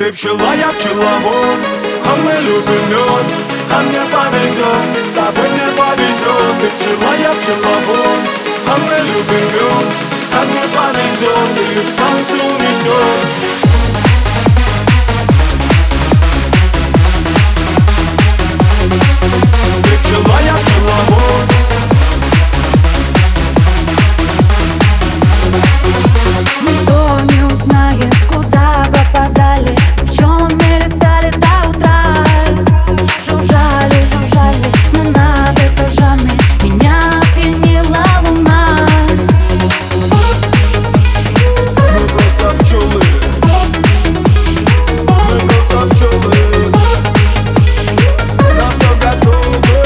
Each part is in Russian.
Ты пчела, я пчеловод, а мы любим мед. А мне повезет, с тобой мне повезет. Ты пчела, я пчеловод, а мы любим мед. А мне повезет, и в танце унесет. Ты пчела, я пчеловод. Никто не узнает, куда пропадали. Пчелами летали до утра. Жужжали, жужжали мы над этажами. Меня опьянила луна. Мы просто пчелы. Мы просто пчелы. На все готовы.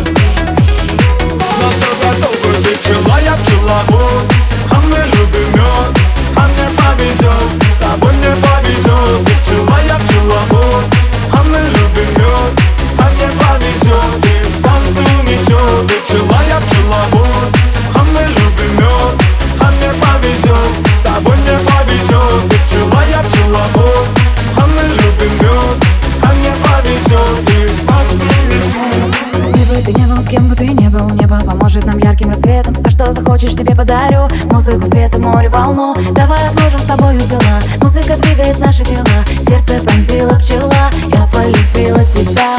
На все готовы. Ты пчела, я пчеловод, а мы любим мед. А мне повезет, с тобой мне повезет. Ты пчела, я пчеловод, а мы любим мед. А мне повезет, и в танце унесет. Ты пчела, я пчеловод, а мы любим мед. А мне повезет, с тобой мне повезет. Ты пчела, я пчеловод, а мы любим мед. А мне повезет, и в танце унесет. Где бы ты не был, с кем бы ты не был, небо поможет нам ярким рассветом. Все, что захочешь, тебе подарю. Музыку, свет и море, волну. Давай отложим с тобою дела. Музыка двигает наши тела. Сердце пронзила пчела. Я полюбила тебя.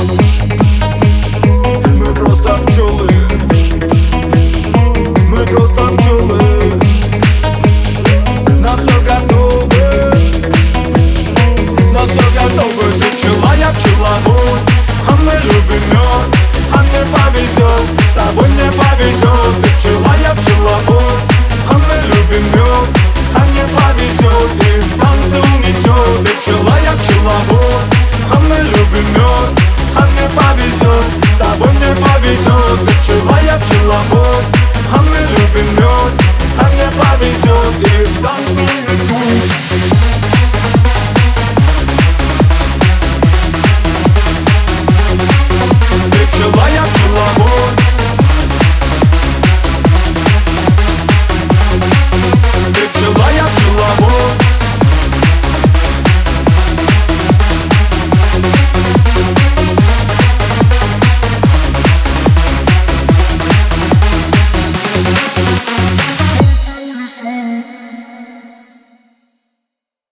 Мы просто пчелы. Мы просто пчелы. На все готовы. На все готовы. Ты пчела, я пчеловод, а мы любим мед. А мне повезет, с тобой мне повезет. Ты пчела, я пчеловод, а мы любим мед. А мне повезет, и в танце унесет. Ты пчела, я пчеловод, а мы любим мед. А мне повезет, с тобой мне повезет. Ты пчела, я пчеловод, а мы любим мед. А мне повезет, и в танце